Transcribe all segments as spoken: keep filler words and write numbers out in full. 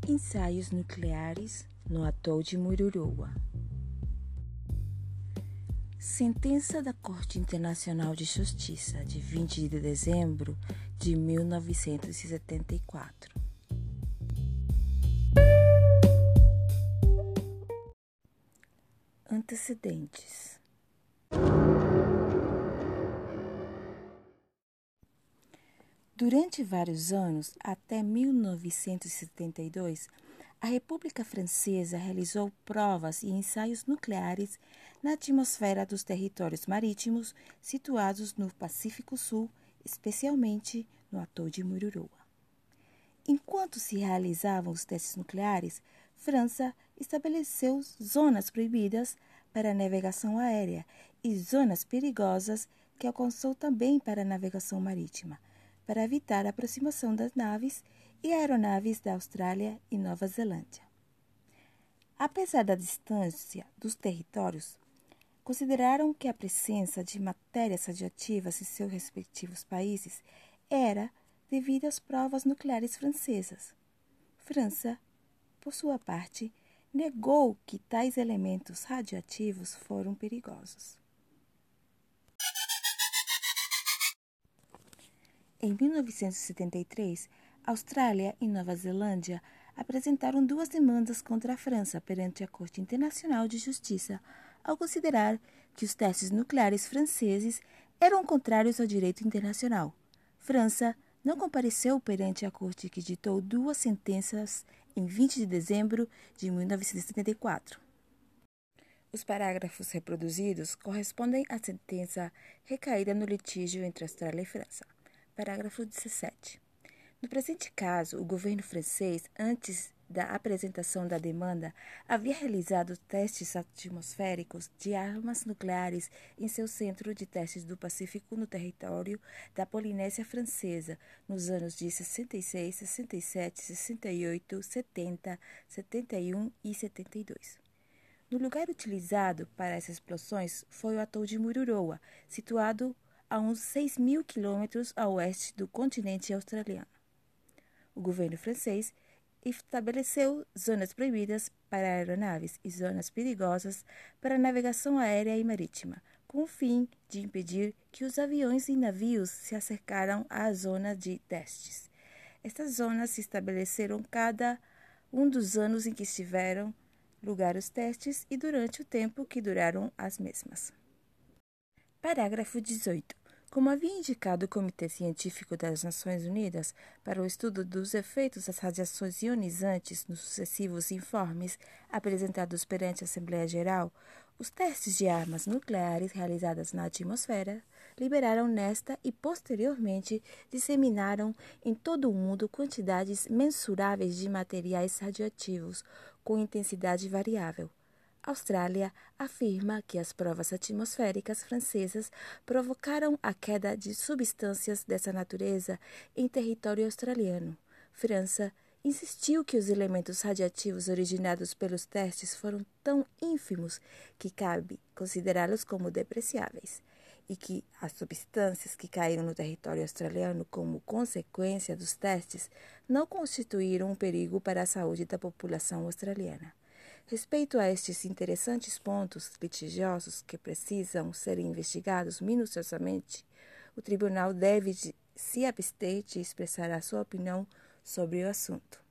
Ensaios nucleares no atol de Mururoa. Sentença da Corte Internacional de Justiça de vinte de dezembro de mil novecentos e setenta e quatro. Antecedentes. Durante vários anos, até mil novecentos e setenta e dois, a República Francesa realizou provas e ensaios nucleares na atmosfera dos territórios marítimos situados no Pacífico Sul, especialmente no atol de Mururoa. Enquanto se realizavam os testes nucleares, França estabeleceu zonas proibidas para a navegação aérea e zonas perigosas que alcançou também para a navegação marítima, para evitar a aproximação das naves e aeronaves da Austrália e Nova Zelândia. Apesar da distância dos territórios, consideraram que a presença de matérias radioativas em seus respectivos países era devido às provas nucleares francesas. França, por sua parte, negou que tais elementos radioativos foram perigosos. Em mil novecentos e setenta e três, Austrália e Nova Zelândia apresentaram duas demandas contra a França perante a Corte Internacional de Justiça, ao considerar que os testes nucleares franceses eram contrários ao direito internacional. França não compareceu perante a Corte, que ditou duas sentenças em vinte de dezembro de mil novecentos e setenta e quatro. Os parágrafos reproduzidos correspondem à sentença recaída no litígio entre Austrália e França. Parágrafo dezessete. No presente caso, o governo francês, antes da apresentação da demanda, havia realizado testes atmosféricos de armas nucleares em seu centro de testes do Pacífico no território da Polinésia Francesa, nos anos de sessenta e seis, sessenta e sete, sessenta e oito, setenta, setenta e um e setenta e dois. No lugar utilizado para essas explosões foi o atol de Mururoa, situado a uns seis mil quilômetros a oeste do continente australiano. O governo francês estabeleceu zonas proibidas para aeronaves e zonas perigosas para navegação aérea e marítima, com o fim de impedir que os aviões e navios se acercaram à zona de testes. Estas zonas se estabeleceram cada um dos anos em que estiveram lugar os testes e durante o tempo que duraram as mesmas. Parágrafo dezoito. Como havia indicado o Comitê Científico das Nações Unidas para o estudo dos efeitos das radiações ionizantes nos sucessivos informes apresentados perante a Assembleia Geral, os testes de armas nucleares realizadas na atmosfera liberaram nesta e posteriormente disseminaram em todo o mundo quantidades mensuráveis de materiais radioativos com intensidade variável. A Austrália afirma que as provas atmosféricas francesas provocaram a queda de substâncias dessa natureza em território australiano. França insistiu que os elementos radiativos originados pelos testes foram tão ínfimos que cabe considerá-los como depreciáveis, e que as substâncias que caíram no território australiano como consequência dos testes não constituíram um perigo para a saúde da população australiana. Respeito a estes interessantes pontos litigiosos que precisam ser investigados minuciosamente, o tribunal deve de, se abster de expressar a sua opinião sobre o assunto.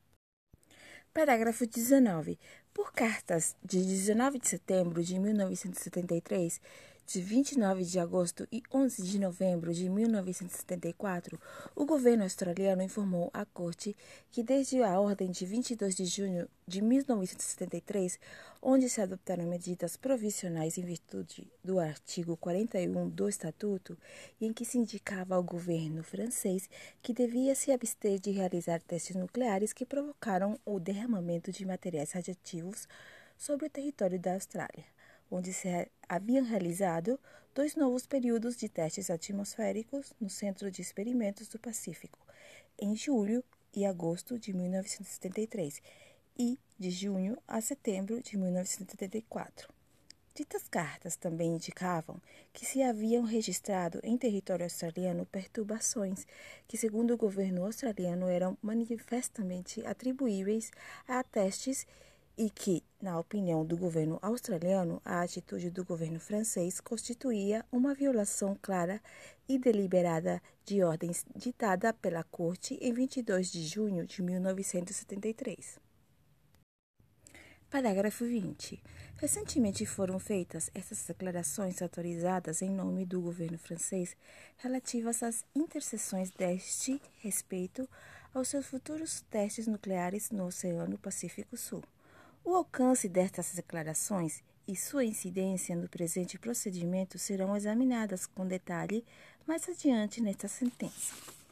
Parágrafo dezenove. Por cartas de dezenove de setembro de mil novecentos e setenta e três, de vinte e nove de agosto e onze de novembro de mil novecentos e setenta e quatro, o governo australiano informou à Corte que desde a ordem de vinte e dois de junho de mil novecentos e setenta e três, onde se adoptaram medidas provisionais em virtude do artigo quarenta e um do Estatuto, e em que se indicava ao governo francês que devia se abster de realizar testes nucleares que provocaram o derramamento de materiais radioativos sobre o território da Austrália, onde se haviam realizado dois novos períodos de testes atmosféricos no Centro de Experimentos do Pacífico, em julho e agosto de mil novecentos e setenta e três e de junho a setembro de mil novecentos e setenta e quatro. Ditas cartas também indicavam que se haviam registrado em território australiano perturbações que, segundo o governo australiano, eram manifestamente atribuíveis a testes e que, na opinião do governo australiano, a atitude do governo francês constituía uma violação clara e deliberada de ordens ditada pela Corte em vinte e dois de junho de mil novecentos e setenta e três. Parágrafo vinte. Recentemente foram feitas essas declarações autorizadas em nome do governo francês relativas às interseções deste respeito aos seus futuros testes nucleares no Oceano Pacífico Sul. O alcance destas declarações e sua incidência no presente procedimento serão examinadas com detalhe mais adiante nesta sentença.